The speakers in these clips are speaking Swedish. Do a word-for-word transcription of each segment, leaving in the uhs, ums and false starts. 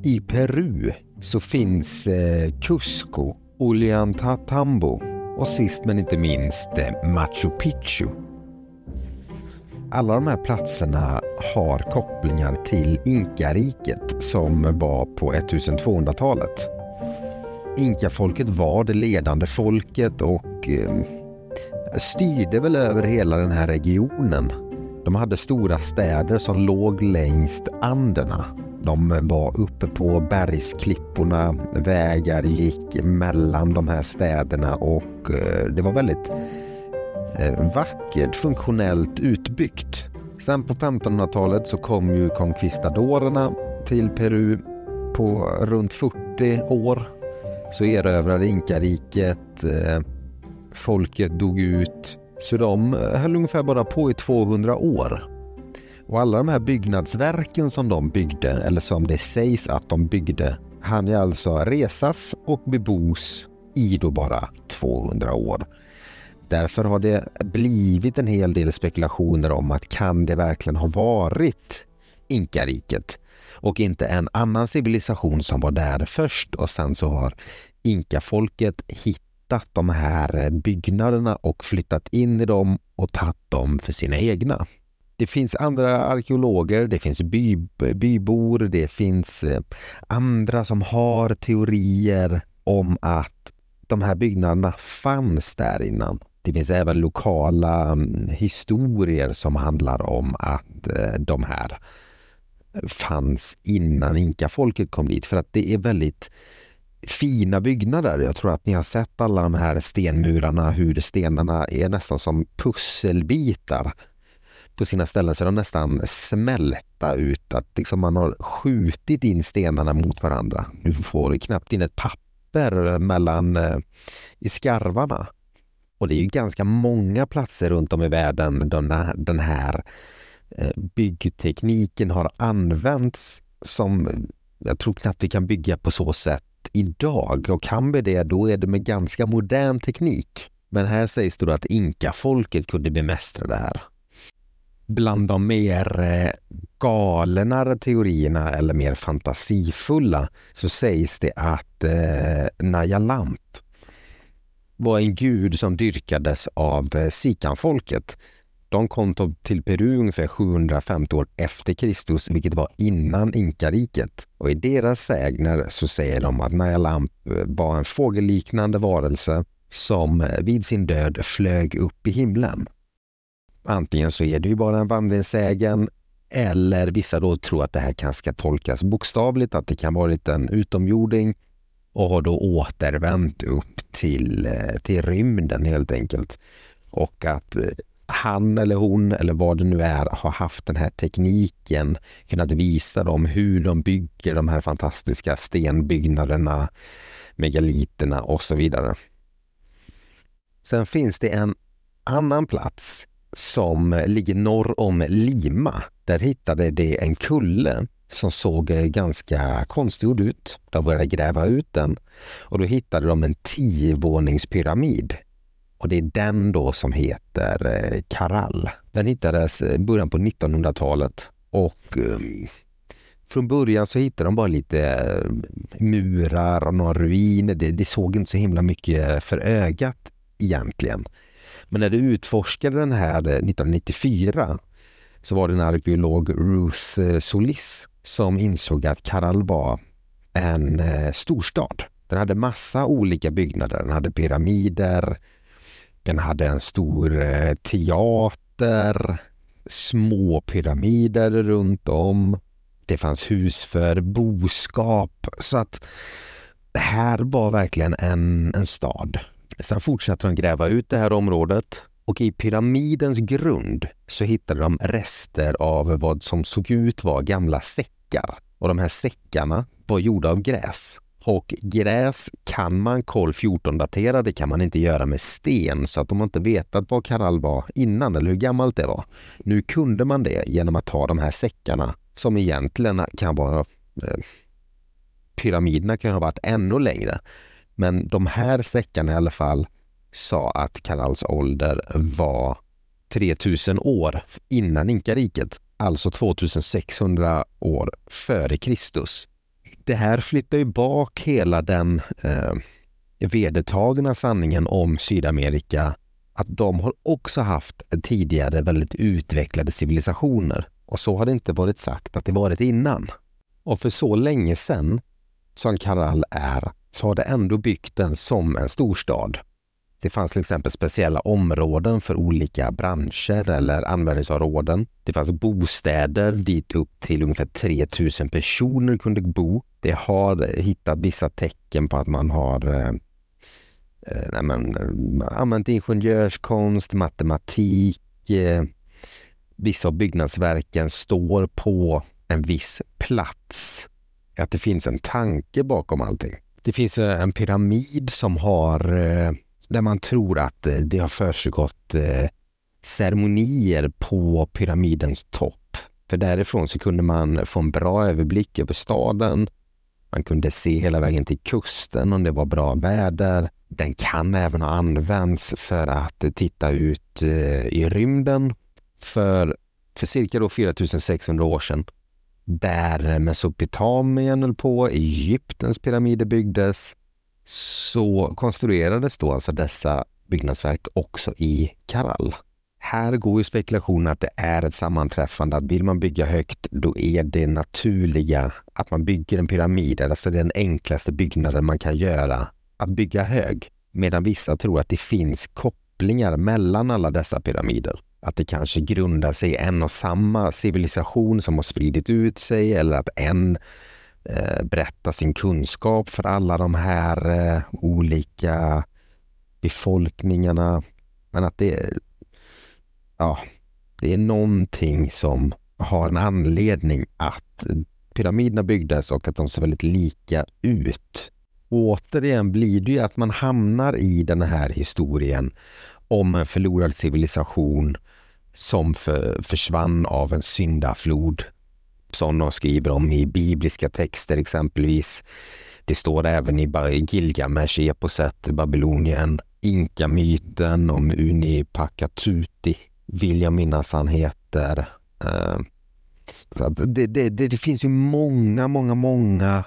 I Peru så finns eh, Cusco, Ollantaytambo och sist men inte minst eh, Machu Picchu. Alla de här platserna har kopplingar till Inkariket som var på ettusentvåhundratalet. Inkafolket var det ledande folket och eh, styrde väl över hela den här regionen. De hade stora städer som låg längst Anderna. De var uppe på bergsklipporna, vägar gick mellan de här städerna och eh, det var väldigt eh, vackert, funktionellt utbyggt. Sen på femtonhundratalet så kom ju conquistadorerna till Peru på runt fyrtio år. Så erövrade Inkariket, eh, folket dog ut, så de höll ungefär bara på i tvåhundra år. Och alla de här byggnadsverken som de byggde, eller som det sägs att de byggde, hann ju alltså resas och bebos i då bara tvåhundra år. Därför har det blivit en hel del spekulationer om att kan det verkligen ha varit Inkariket och inte en annan civilisation som var där först, och sen så har inkafolket hittat de här byggnaderna och flyttat in i dem och tagit dem för sina egna. Det finns andra arkeologer, det finns by, bybor, det finns andra som har teorier om att de här byggnaderna fanns där innan. Det finns även lokala historier som handlar om att de här fanns innan inkafolket kom dit, för att det är väldigt fina byggnader. Jag tror att ni har sett alla de här stenmurarna, hur stenarna är nästan som pusselbitar. På sina ställen så är de nästan smälta ut, att liksom man har skjutit in stenarna mot varandra. Du får knappt in ett papper mellan eh, i skarvarna. Och det är ju ganska många platser runt om i världen där den här eh, byggtekniken har använts, som jag tror knappt vi kan bygga på så sätt idag. Och kan vi det, då är det med ganska modern teknik. Men här sägs det då att inkafolket kunde bemästra det här. Bland de mer galenare teorierna eller mer fantasifulla så sägs det att eh, Nayalamp var en gud som dyrkades av Sikanfolket. De kom till Peru ungefär sjuhundrafemtio år efter Kristus, vilket var innan Inkariket. Och i deras sägner så säger de att Nayalamp var en fågelliknande varelse som vid sin död flög upp i himlen. Antingen så är det ju bara en vandringssägen, eller vissa då tror att det här kan ska tolkas bokstavligt, att det kan varit en utomjording och har då återvänt upp till, till rymden helt enkelt. Och att han eller hon eller vad det nu är har haft den här tekniken, kunnat visa dem hur de bygger de här fantastiska stenbyggnaderna, megaliterna och så vidare. Sen finns det en annan plats som ligger norr om Lima. Där hittade det en kulle som såg ganska konstig ut. De började gräva ut den och då hittade de en tiovåningspyramid. Och det är den då som heter Caral. Den hittades i början på nittonhundratalet och um, från början så hittade de bara lite murar och några ruiner. Det, det såg inte så himla mycket för ögat egentligen. Men när du utforskade den här nittonhundranittiofyra så var det en arkeolog, Ruth Solis, som insåg att Caral var en storstad. Den hade massa olika byggnader. Den hade pyramider, den hade en stor teater, små pyramider runt om. Det fanns hus för boskap. Så att det här var verkligen en, en stad. Sen fortsatte de gräva ut det här området och i pyramidens grund så hittade de rester av vad som såg ut var gamla säckar. Och de här säckarna var gjorda av gräs. Och gräs kan man kol fjorton datera, det kan man inte göra med sten, så att de inte vetat vad Caral var innan eller hur gammalt det var. Nu kunde man det genom att ta de här säckarna som egentligen kan vara, eh, pyramiderna kan ha varit ännu längre. Men de här säckarna i alla fall sa att Carals ålder var tre tusen år innan Inkariket, alltså tvåtusensexhundra år före Kristus. Det här flyttar ju bak hela den eh, vedertagna sanningen om Sydamerika, att de har också haft tidigare väldigt utvecklade civilisationer. Och så har det inte varit sagt att det varit innan. Och för så länge sedan som Caral är, så har det ändå byggt den som en storstad. Det fanns till exempel speciella områden för olika branscher eller användningsområden. Det fanns bostäder dit upp till ungefär tre tusen personer kunde bo. Det har hittat vissa tecken på att man har eh, nej men, använt ingenjörskonst, matematik. Eh, vissa av byggnadsverken står på en viss plats. Att det finns en tanke bakom allting. Det finns en pyramid som har, där man tror att det har försiggått ceremonier på pyramidens topp. För därifrån så kunde man få en bra överblick över staden. Man kunde se hela vägen till kusten om det var bra väder. Den kan även ha använts för att titta ut i rymden. För, för cirka då fyra tusen sexhundra år sedan, där Mesopotamien höll på, Egyptens pyramider byggdes, så konstruerades då alltså dessa byggnadsverk också i Caral. Här går ju spekulationen att det är ett sammanträffande, att vill man bygga högt, då är det naturliga att man bygger en pyramid, alltså den enklaste byggnaden man kan göra, att bygga hög. Medan vissa tror att det finns kopplingar mellan alla dessa pyramider. Att det kanske grundar sig i en och samma civilisation som har spridit ut sig, eller att en eh, berättar sin kunskap för alla de här eh, olika befolkningarna. Men att det, ja, det är någonting som har en anledning att pyramiderna byggdes och att de ser väldigt lika ut. Och återigen blir det ju att man hamnar i den här historien om en förlorad civilisation som för, försvann av en syndaflod, som de skriver om i bibliska texter exempelvis. Det står även i Gilgamesh-eposet, Babylonien, Inka-myten om Unipakatuti, vill jag minnas han heter. Uh, det, det, det, det finns ju många, många, många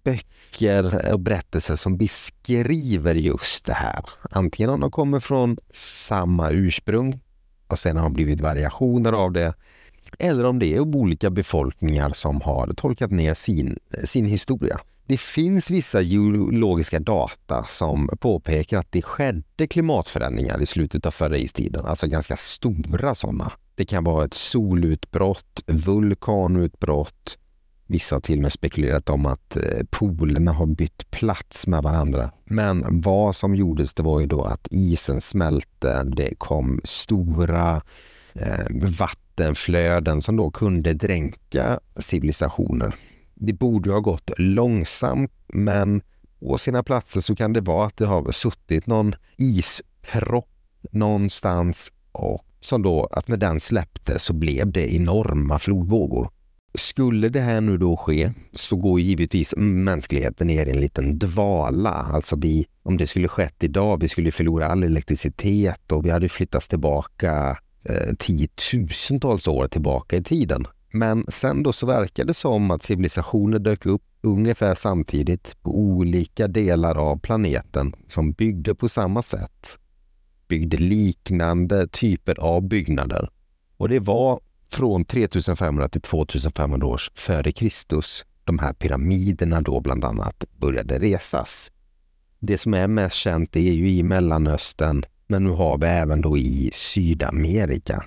böcker och berättelser som beskriver just det här. Antingen om de kommer från samma ursprung och sen har blivit variationer av det, eller om det är olika befolkningar som har tolkat ner sin, sin historia. Det finns vissa geologiska data som påpekar att det skedde klimatförändringar i slutet av förra istiden, alltså ganska stora sådana. Det kan vara ett solutbrott, vulkanutbrott. Vissa har till och med spekulerat om att polerna har bytt plats med varandra. Men vad som gjordes, det var ju då att isen smälte. Det kom stora eh, vattenflöden som då kunde dränka civilisationer. Det borde ha gått långsamt, men på sina platser så kan det vara att det har suttit någon ispropp någonstans, och som då att när den släppte så blev det enorma flodvågor. Skulle det här nu då ske, så går givetvis mänskligheten ner i en liten dvala. Alltså vi, om det skulle skett idag, vi skulle förlora all elektricitet och vi hade flyttats tillbaka eh, tiotusentals år tillbaka i tiden. Men sen då så verkar det som att civilisationer dök upp ungefär samtidigt på olika delar av planeten som byggde på samma sätt. Byggde liknande typer av byggnader. Och det var från tre tusen femhundra till två tusen femhundra år före Kristus de här pyramiderna då bland annat började resas. Det som är mest känt är ju i Mellanöstern, men nu har vi även då i Sydamerika.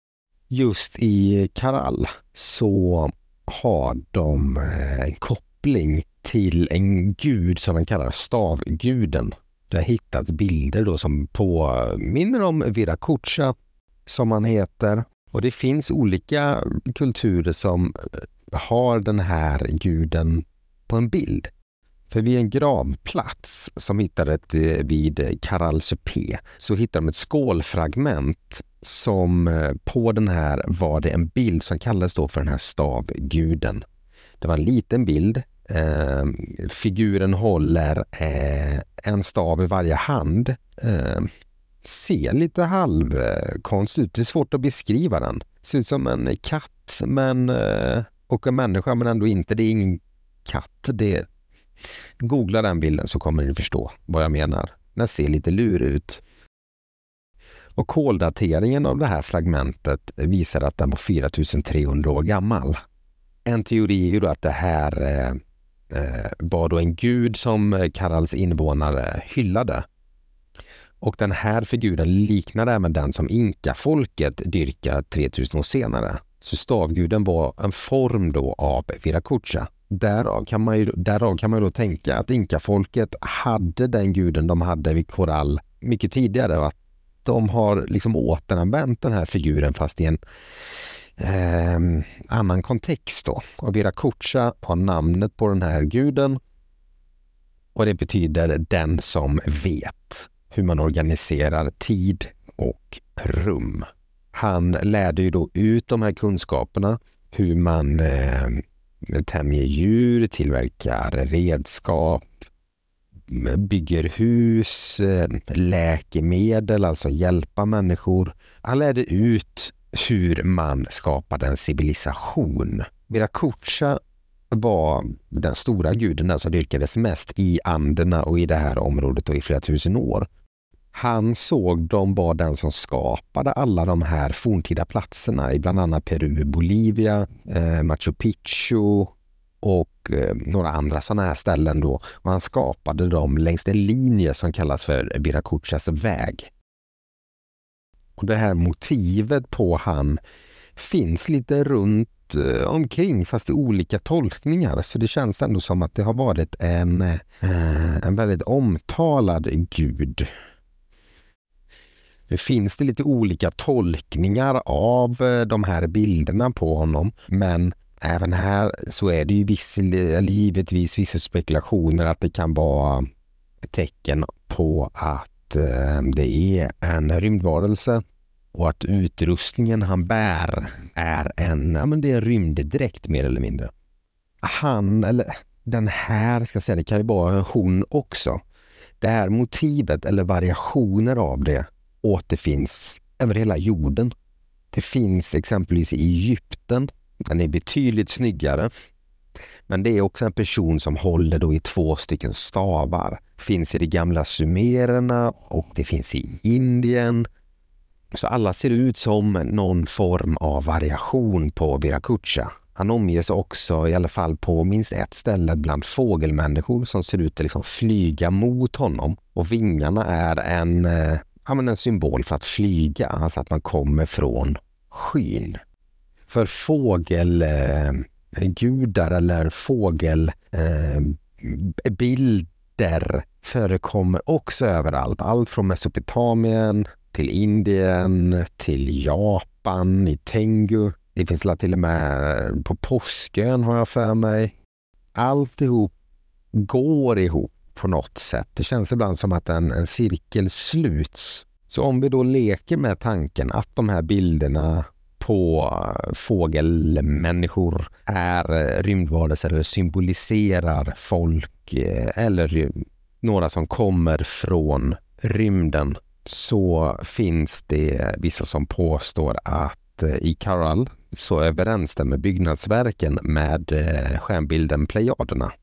Just i Caral så har de en koppling till en gud som man kallar stavguden. Det har hittats bilder då som påminner om Viracocha som man heter. Och det finns olika kulturer som har den här guden på en bild. För vid en gravplats som hittades vid Caral Cepé så hittade de ett skålfragment som på den här var det en bild som kallades då för den här stavguden. Det var en liten bild. Eh, figuren håller eh, en stav i varje hand. Eh, ser lite halvkonst ut. Det är svårt att beskriva den. Ser ut som en katt men, eh, och en människa, men ändå inte. Det är ingen katt. Det, googla den bilden så kommer ni förstå vad jag menar. Den ser lite lurig ut. Och koldateringen av det här fragmentet visar att den var fyra tusen trehundra år gammal. En teori är ju då att det här eh, var då en gud som Karals invånare hyllade. Och den här figuren liknar även den som inkafolket dyrkade tre tusen år senare. Så stavguden var en form då av Viracocha. Därav kan man ju, därav kan man ju då tänka att inkafolket hade den guden de hade vid Koral mycket tidigare. Och att de har liksom återanvänt den här figuren fast i en eh, annan kontext då. Och Viracocha har namnet på den här guden. Och det betyder den som vet hur man organiserar tid och rum. Han lärde ju då ut de här kunskaperna, hur man eh, tämjer djur, tillverkar redskap, bygger hus, eh, läkemedel, alltså hjälpa människor. Han lärde ut hur man skapade en civilisation. Viracocha var den stora guden där som dyrkades mest i Anderna och i det här området och i flera tusen år. Han såg dem var den som skapade alla de här forntida platserna i bland annat Peru, Bolivia, eh, Machu Picchu och eh, några andra sådana här ställen då. Och han skapade dem längs en linje som kallas för Viracochas väg. Och det här motivet på han finns lite runt eh, omkring fast i olika tolkningar. Så det känns ändå som att det har varit en, eh, en väldigt omtalad gud. Nu finns det lite olika tolkningar av de här bilderna på honom, men även här så är det ju viss, givetvis vissa spekulationer att det kan vara ett tecken på att eh, det är en rymdvarelse och att utrustningen han bär är en, ja men det är en rymddräkt mer eller mindre. Han, eller den här ska jag säga, det kan ju vara hon också. Det här motivet eller variationer av det återfinns över hela jorden. Det finns exempelvis i Egypten. Den är betydligt snyggare. Men det är också en person som håller då i två stycken stavar. Finns i de gamla sumererna och det finns i Indien. Så alla ser ut som någon form av variation på Viracocha. Han omges också i alla fall på minst ett ställe bland fågelmänniskor som ser ut att liksom flyga mot honom. Och vingarna är en... Ja, men en symbol för att flyga, alltså att man kommer från skyn. För fågelgudar eh, eller fågelbilder eh, förekommer också överallt. Allt från Mesopotamien till Indien till Japan, i Tengu. Det finns till och med på Påskön har jag för mig. Alltihop går ihop på något sätt. Det känns ibland som att en, en cirkel sluts. Så om vi då leker med tanken att de här bilderna på fågelmänniskor är rymdvarelser eller symboliserar folk eller några som kommer från rymden, så finns det vissa som påstår att i Caral så överensstämmer byggnadsverken med stjärnbilden Plejaderna.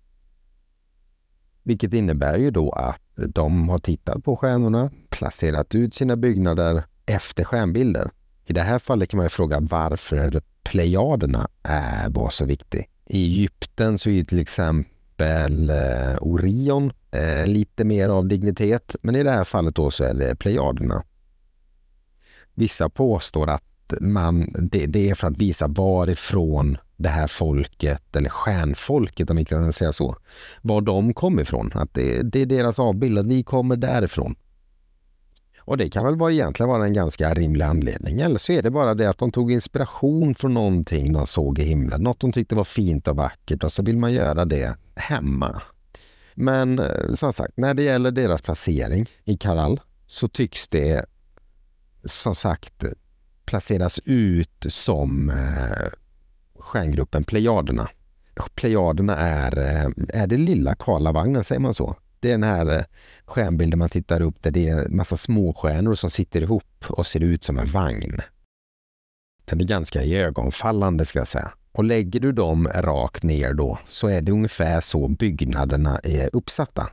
Vilket innebär ju då att de har tittat på stjärnorna, placerat ut sina byggnader efter stjärnbilder. I det här fallet kan man ju fråga varför Plejaderna är var så viktig. I Egypten så är ju till exempel eh, Orion eh, lite mer av dignitet, men i det här fallet då så är det Plejaderna. Vissa påstår att man, det, det är för att visa varifrån det här folket, eller stjärnfolket om vi kan säga så, var de kommer ifrån. Att det, det är deras avbild, att vi kommer därifrån. Och det kan väl vara egentligen vara en ganska rimlig anledning. Eller så är det bara det att de tog inspiration från någonting de såg i himlen. Något de tyckte var fint och vackert, och så vill man göra det hemma. Men som sagt, när det gäller deras placering i Caral så tycks det som sagt placeras ut som eh, stjärngruppen Plejaderna. Plejaderna är, är det lilla Karlavagnen, säger man så. Det är den här stjärnbilden man tittar upp där det är en massa småstjärnor som sitter ihop och ser ut som en vagn. Den är ganska ögonfallande ska jag säga. Och lägger du dem rakt ner då så är det ungefär så byggnaderna är uppsatta.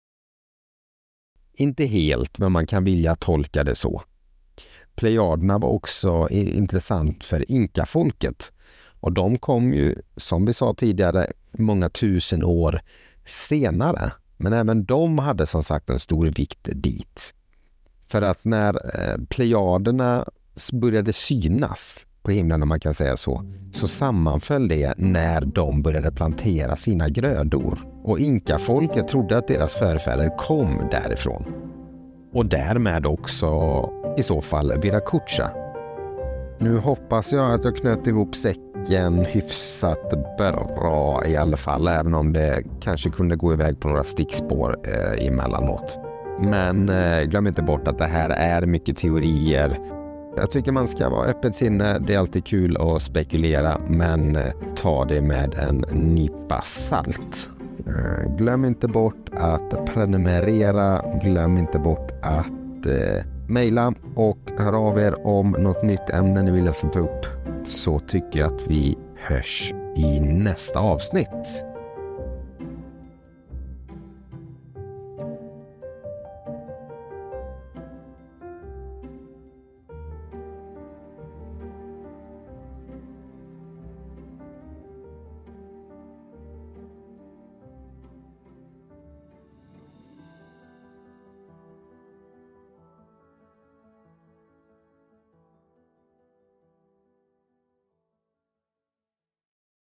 Inte helt, men man kan vilja tolka det så. Plejaderna var också intressant för inkafolket. Och de kom ju, som vi sa tidigare, många tusen år senare. Men även de hade som sagt en stor vikt dit. För att när plejaderna började synas på himlen, om man kan säga så, så sammanföll det när de började plantera sina grödor. Och inkafolket trodde att deras förfäder kom därifrån. Och därmed också i så fall Viracocha. Nu hoppas jag att jag knöt ihop säcken hyfsat bra i alla fall, även om det kanske kunde gå iväg på några stickspår eh, emellanåt. Men eh, glöm inte bort att det här är mycket teorier. Jag tycker man ska vara öppen sinne, det är alltid kul att spekulera, men eh, ta det med en nypa salt. Eh, glöm inte bort att prenumerera, glöm inte bort att eh, mejla och hör av er om något nytt ämne ni vill ta upp, så tycker jag att vi hörs i nästa avsnitt.